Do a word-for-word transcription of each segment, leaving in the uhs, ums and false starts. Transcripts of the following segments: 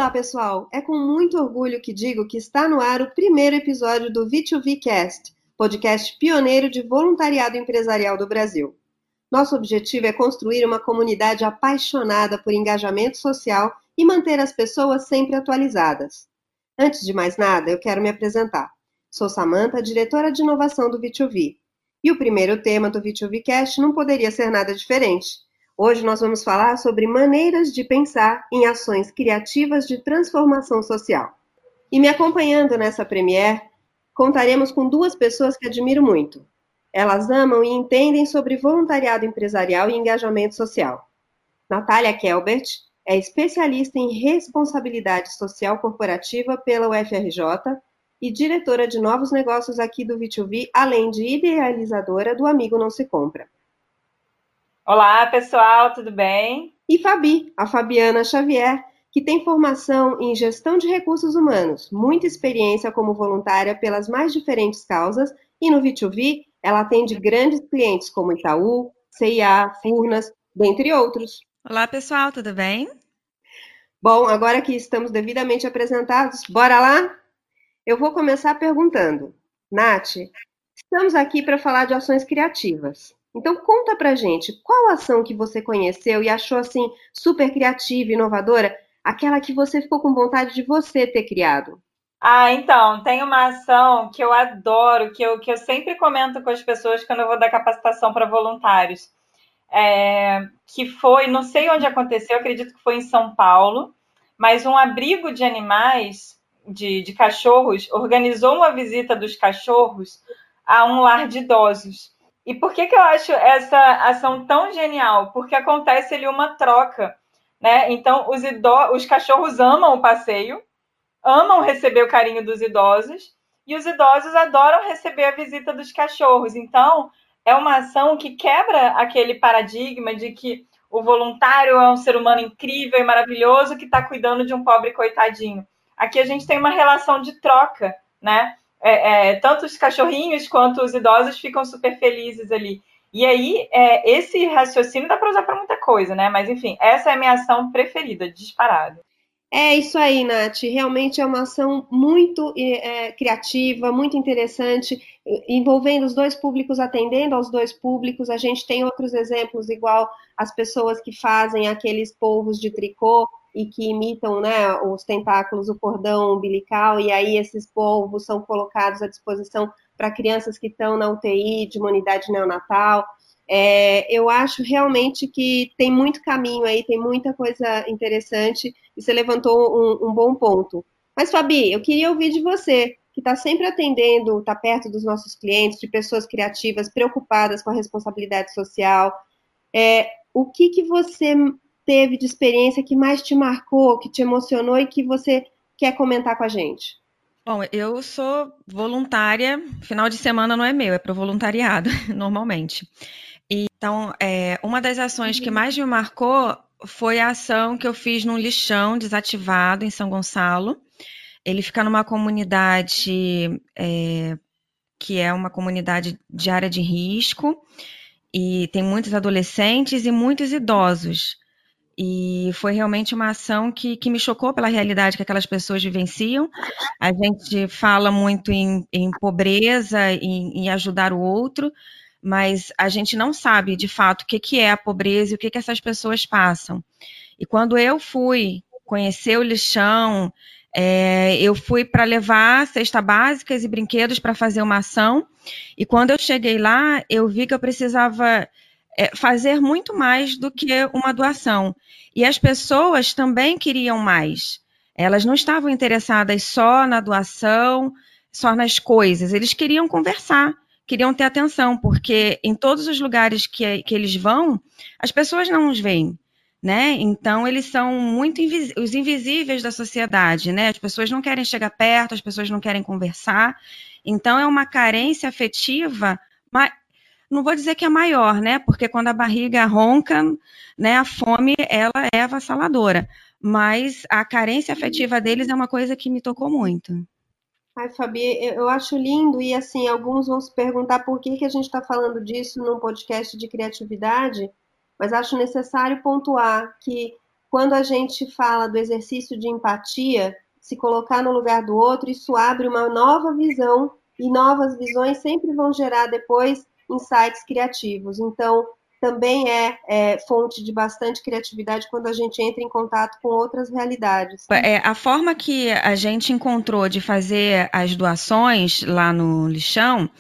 Olá, pessoal! É com muito orgulho que digo que está no ar o primeiro episódio do V dois V Cast, podcast pioneiro de voluntariado empresarial do Brasil. Nosso objetivo é construir uma comunidade apaixonada por engajamento social e manter as pessoas sempre atualizadas. Antes de mais nada, eu quero me apresentar. Sou Samantha, diretora de inovação do V dois V. E o primeiro tema do V dois V Cast não poderia ser nada diferente. Hoje nós vamos falar sobre maneiras de pensar em ações criativas de transformação social. E me acompanhando nessa premiere, contaremos com duas pessoas que admiro muito. Elas amam e entendem sobre voluntariado empresarial e engajamento social. Natália Kelbert é especialista em responsabilidade social corporativa pela U F R J e diretora de novos negócios aqui do V dois V, além de idealizadora do Amigo Não Se Compra. Olá, pessoal, tudo bem? E Fabi, a Fabiana Xavier, que tem formação em gestão de recursos humanos, muita experiência como voluntária pelas mais diferentes causas, e no V dois V ela atende grandes clientes como Itaú, C e A, Furnas, dentre outros. Olá, pessoal, tudo bem? Bom, agora que estamos devidamente apresentados, bora lá? Eu vou começar perguntando. Nath, estamos aqui para falar de ações criativas. Então conta pra gente, qual ação que você conheceu e achou assim super criativa e inovadora, aquela que você ficou com vontade de você ter criado? Ah, então, tem uma ação que eu adoro, que eu, que eu sempre comento com as pessoas quando eu vou dar capacitação para voluntários. É, que foi, não sei onde aconteceu, acredito que foi em São Paulo, mas um abrigo de animais, de, de cachorros, organizou uma visita dos cachorros a um lar de idosos. E por que, que eu acho essa ação tão genial? Porque acontece ali uma troca, né? Então, os, ido... os cachorros amam o passeio, amam receber o carinho dos idosos, e os idosos adoram receber a visita dos cachorros. Então, é uma ação que quebra aquele paradigma de que o voluntário é um ser humano incrível e maravilhoso que está cuidando de um pobre coitadinho. Aqui a gente tem uma relação de troca, né? É, é, tanto os cachorrinhos quanto os idosos ficam super felizes ali. E aí, é, esse raciocínio dá para usar para muita coisa, né? Mas, enfim, essa é a minha ação preferida, disparada. É isso aí, Nath. Realmente é uma ação muito é, criativa, muito interessante, envolvendo os dois públicos, atendendo aos dois públicos. A gente tem outros exemplos, igual as pessoas que fazem aqueles polvos de tricô e que imitam, né, os tentáculos, o cordão umbilical, e aí esses polvos são colocados à disposição para crianças que estão na U T I de uma unidade neonatal. É, eu acho realmente que tem muito caminho aí, tem muita coisa interessante, e você levantou um, um bom ponto. Mas, Fabi, eu queria ouvir de você, que está sempre atendendo, está perto dos nossos clientes, de pessoas criativas, preocupadas com a responsabilidade social. É, o que, que você teve de experiência que mais te marcou, que te emocionou e que você quer comentar com a gente? Bom, eu sou voluntária, final de semana não é meu, é para o voluntariado, normalmente. Então, é, uma das ações que mais me marcou foi a ação que eu fiz num lixão desativado em São Gonçalo. Ele fica numa comunidade é, que é uma comunidade de área de risco, e tem muitos adolescentes e muitos idosos. E foi realmente uma ação que, que me chocou pela realidade que aquelas pessoas vivenciam. A gente fala muito em, em pobreza, em, em ajudar o outro, mas a gente não sabe, de fato, o que, que é a pobreza e o que, que essas pessoas passam. E quando eu fui conhecer o lixão, é, eu fui para levar cesta básicas e brinquedos para fazer uma ação, e quando eu cheguei lá, eu vi que eu precisava é, fazer muito mais do que uma doação. E as pessoas também queriam mais. Elas não estavam interessadas só na doação, só nas coisas. Eles queriam conversar, queriam ter atenção, porque em todos os lugares que, que eles vão, as pessoas não os veem, né? Então, eles são muito invis- os invisíveis da sociedade, né? As pessoas não querem chegar perto, as pessoas não querem conversar. Então, é uma carência afetiva, mas não vou dizer que é maior, né? Porque quando a barriga ronca, né, a fome, ela é avassaladora. Mas a carência afetiva deles é uma coisa que me tocou muito. Ai, Fabi, eu eu acho lindo, e assim, alguns vão se perguntar por que que a gente está falando disso num podcast de criatividade, mas acho necessário pontuar que quando a gente fala do exercício de empatia, se colocar no lugar do outro, isso abre uma nova visão, e novas visões sempre vão gerar depois insights criativos. Então, também é, é fonte de bastante criatividade quando a gente entra em contato com outras realidades. É, a forma que a gente encontrou de fazer as doações lá no lixão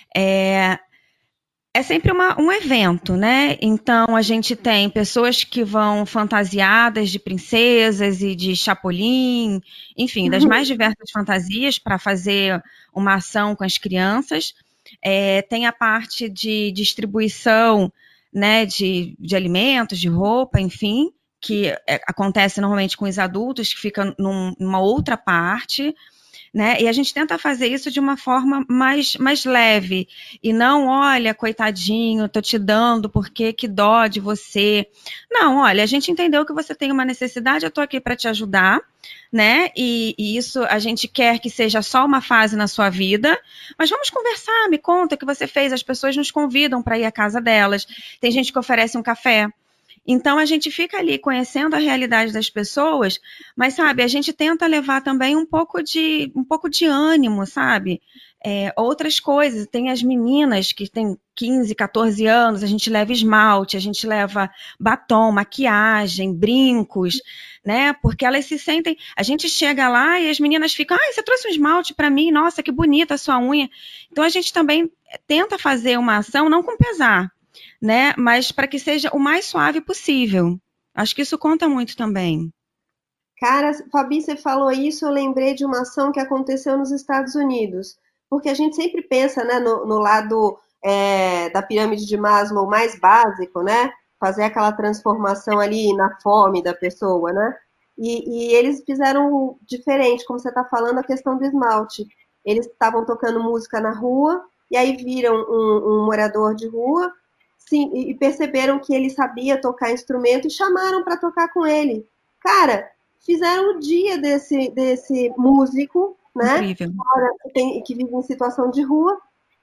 é, é sempre uma, um evento, né? Então, a gente tem pessoas que vão fantasiadas de princesas e de chapolim, enfim, das mais diversas fantasias para fazer uma ação com as crianças. É, tem a parte de distribuição, né, de, de alimentos, de roupa, enfim, que é, acontece normalmente com os adultos, que fica num, numa outra parte, né? E a gente tenta fazer isso de uma forma mais, mais leve, e não, olha, coitadinho, tô te dando, porque que dó de você. Não, olha, a gente entendeu que você tem uma necessidade, eu tô aqui para te ajudar, né? E, e isso a gente quer que seja só uma fase na sua vida, mas vamos conversar, me conta o que você fez, as pessoas nos convidam para ir à casa delas, tem gente que oferece um café. Então, a gente fica ali conhecendo a realidade das pessoas, mas, sabe, a gente tenta levar também um pouco de, um pouco de ânimo, sabe? É, outras coisas, tem as meninas que têm quinze, quatorze anos, a gente leva esmalte, a gente leva batom, maquiagem, brincos, né? Porque elas se sentem... A gente chega lá e as meninas ficam, ah, você trouxe um esmalte para mim, nossa, que bonita a sua unha. Então, a gente também tenta fazer uma ação, não com pesar, né? Mas para que seja o mais suave possível. Acho que isso conta muito também. Cara, Fabi, você falou isso, eu lembrei de uma ação que aconteceu nos Estados Unidos. Porque a gente sempre pensa, né, no, no lado é, da pirâmide de Maslow mais básico, né? Fazer aquela transformação ali na fome da pessoa, né? E, e eles fizeram diferente, como você está falando, a questão do esmalte. Eles estavam tocando música na rua, e aí viram um, um morador de rua, sim, e perceberam que ele sabia tocar instrumento e chamaram para tocar com ele. Cara, fizeram o dia desse, desse músico, né? Incrível. Que, tem, que vive em situação de rua,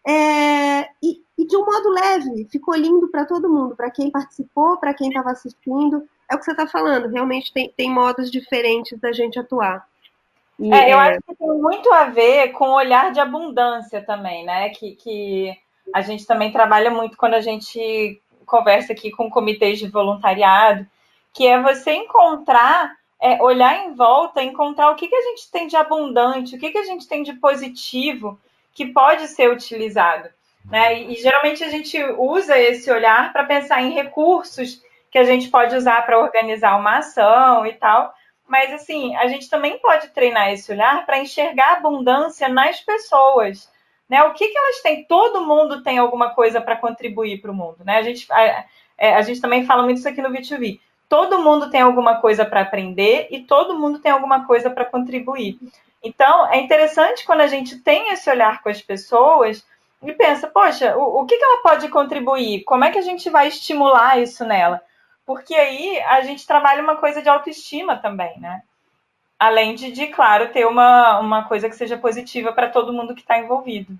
é, e, e de um modo leve, ficou lindo para todo mundo, para quem participou, para quem estava assistindo. É o que você está falando, realmente tem, tem modos diferentes da gente atuar. E, é, eu é... acho que tem muito a ver com o olhar de abundância também, né? Que, que a gente também trabalha muito quando a gente conversa aqui com comitês de voluntariado, que é você encontrar, é, olhar em volta, encontrar o que, que a gente tem de abundante, o que, que a gente tem de positivo que pode ser utilizado, né? E, e geralmente a gente usa esse olhar para pensar em recursos que a gente pode usar para organizar uma ação e tal. Mas, assim, a gente também pode treinar esse olhar para enxergar a abundância nas pessoas, né? O que, que elas têm? Todo mundo tem alguma coisa para contribuir para o mundo, né? A gente, a, a gente também fala muito isso aqui no V dois V. Todo mundo tem alguma coisa para aprender e todo mundo tem alguma coisa para contribuir. Então, é interessante quando a gente tem esse olhar com as pessoas e pensa, poxa, o, o que, que ela pode contribuir? Como é que a gente vai estimular isso nela? Porque aí a gente trabalha uma coisa de autoestima também, né? Além de, de claro, ter uma, uma coisa que seja positiva para todo mundo que está envolvido.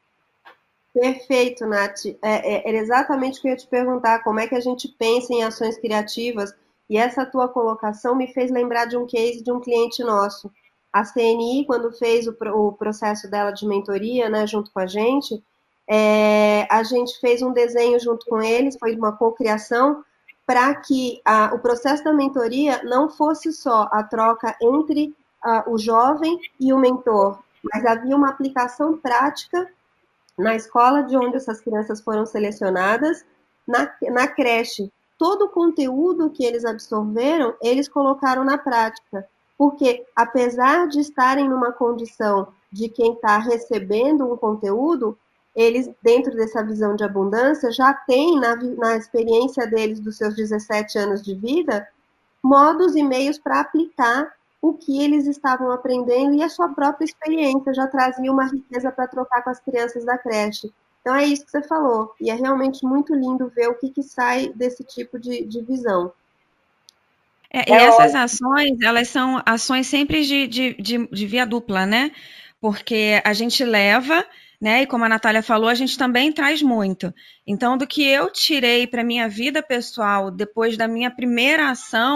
Perfeito, Nath. É, é, era exatamente o que eu ia te perguntar, como é que a gente pensa em ações criativas, e essa tua colocação me fez lembrar de um case de um cliente nosso. A C N I, quando fez o, o processo dela de mentoria, né, junto com a gente, é, a gente fez um desenho junto com eles, foi uma cocriação, para que a, o processo da mentoria não fosse só a troca entre a, o jovem e o mentor, mas havia uma aplicação prática na escola de onde essas crianças foram selecionadas, na, na creche. Todo o conteúdo que eles absorveram, eles colocaram na prática. Porque, apesar de estarem numa condição de quem está recebendo um conteúdo, eles, dentro dessa visão de abundância, já têm, na, na experiência deles, dos seus dezessete anos de vida, modos e meios para aplicar o que eles estavam aprendendo, e a sua própria experiência já trazia uma riqueza para trocar com as crianças da creche. Então é isso que você falou, e é realmente muito lindo ver o que, que sai desse tipo de, de visão. É, e é essas ótimo. ações, elas são ações sempre de, de, de, de via dupla, né? Porque a gente leva, né? E como a Natália falou, a gente também traz muito. Então, do que eu tirei para minha vida pessoal depois da minha primeira ação,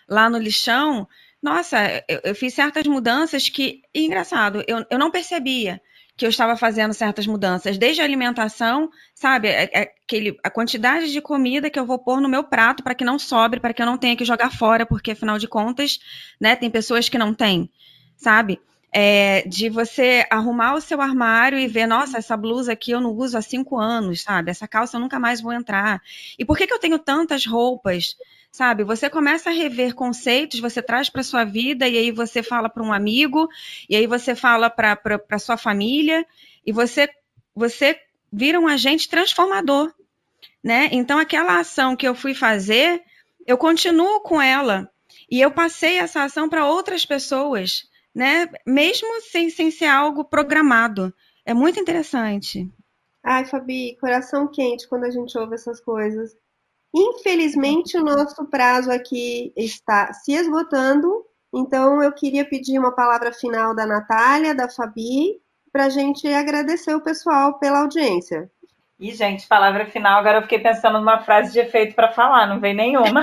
lá no lixão, nossa, eu, eu fiz certas mudanças que, engraçado, eu, eu não percebia que eu estava fazendo certas mudanças, desde a alimentação, sabe, é, é aquele, a quantidade de comida que eu vou pôr no meu prato para que não sobre, para que eu não tenha que jogar fora, porque afinal de contas, né, tem pessoas que não têm, sabe? É, de você arrumar o seu armário e ver, nossa, essa blusa aqui eu não uso há cinco anos, sabe? Essa calça eu nunca mais vou entrar. E por que que eu tenho tantas roupas? Sabe, você começa a rever conceitos, você traz para sua vida e aí você fala para um amigo, e aí você fala para a sua família, e você, você vira um agente transformador, né? Então, aquela ação que eu fui fazer, eu continuo com ela, e eu passei essa ação para outras pessoas, né? Mesmo sem, sem ser algo programado. É muito interessante. Ai, Fabi, coração quente quando a gente ouve essas coisas. Infelizmente, o nosso prazo aqui está se esgotando, então eu queria pedir uma palavra final da Natália, da Fabi, para a gente agradecer o pessoal pela audiência. E, gente, palavra final, agora eu fiquei pensando numa frase de efeito para falar, não veio nenhuma.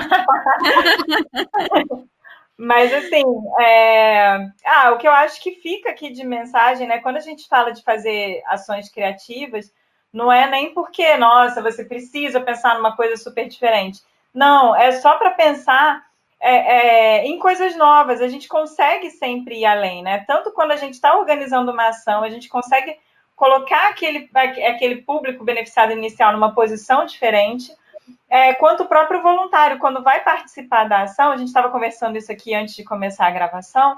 Mas, assim, é... ah, o que eu acho que fica aqui de mensagem, né? Quando a gente fala de fazer ações criativas, não é nem porque, nossa, você precisa pensar numa coisa super diferente. Não, é só para pensar é, é, em coisas novas. A gente consegue sempre ir além, né? Tanto quando a gente está organizando uma ação, a gente consegue colocar aquele, aquele público beneficiado inicial numa posição diferente, é, quanto o próprio voluntário, quando vai participar da ação, a gente estava conversando isso aqui antes de começar a gravação,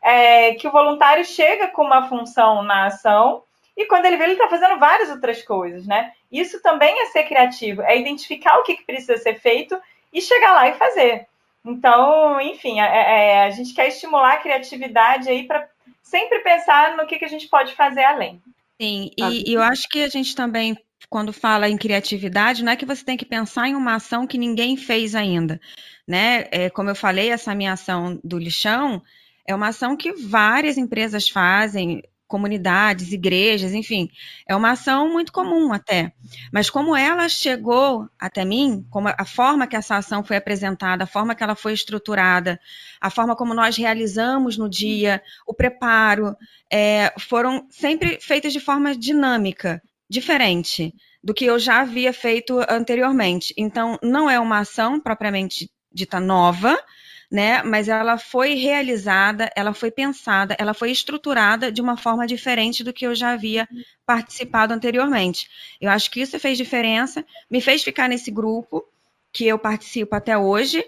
é, que o voluntário chega com uma função na ação e quando ele vê, ele está fazendo várias outras coisas, né? Isso também é ser criativo, é identificar o que precisa ser feito e chegar lá e fazer. Então, enfim, é, é, a gente quer estimular a criatividade aí para sempre pensar no que, que a gente pode fazer além. Sim, e, e eu acho que a gente também, quando fala em criatividade, não é que você tem que pensar em uma ação que ninguém fez ainda, né? É, como eu falei, essa minha ação do lixão é uma ação que várias empresas fazem, comunidades, igrejas, enfim, é uma ação muito comum até. Mas como ela chegou até mim, como a forma que essa ação foi apresentada, a forma que ela foi estruturada, a forma como nós realizamos no dia, o preparo, é, foram sempre feitas de forma dinâmica, diferente do que eu já havia feito anteriormente. Então, não é uma ação propriamente dita nova, né? Mas ela foi realizada, ela foi pensada, ela foi estruturada de uma forma diferente do que eu já havia participado anteriormente. Eu acho que isso fez diferença, me fez ficar nesse grupo que eu participo até hoje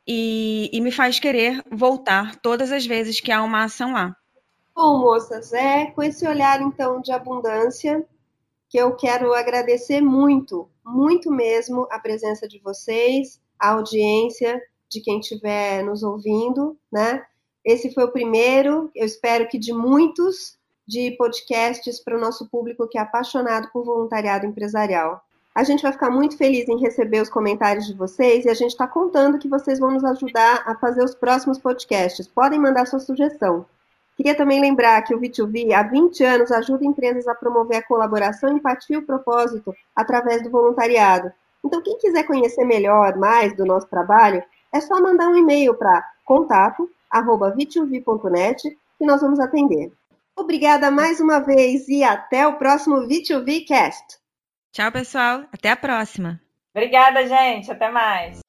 e, e me faz querer voltar todas as vezes que há uma ação lá. Bom, moças, é com esse olhar então de abundância que eu quero agradecer muito, muito mesmo a presença de vocês, a audiência de quem estiver nos ouvindo, né? Esse foi o primeiro, eu espero que de muitos, de podcasts para o nosso público que é apaixonado por voluntariado empresarial. A gente vai ficar muito feliz em receber os comentários de vocês e a gente está contando que vocês vão nos ajudar a fazer os próximos podcasts. Podem mandar sua sugestão. Queria também lembrar que o V dois V, há vinte anos, ajuda empresas a promover a colaboração, empatia e o propósito através do voluntariado. Então, quem quiser conhecer melhor, mais do nosso trabalho, é só mandar um e-mail para contato arroba v dois v ponto net que nós vamos atender. Obrigada mais uma vez e até o próximo V dois V Cast. Tchau, pessoal. Até a próxima. Obrigada, gente. Até mais.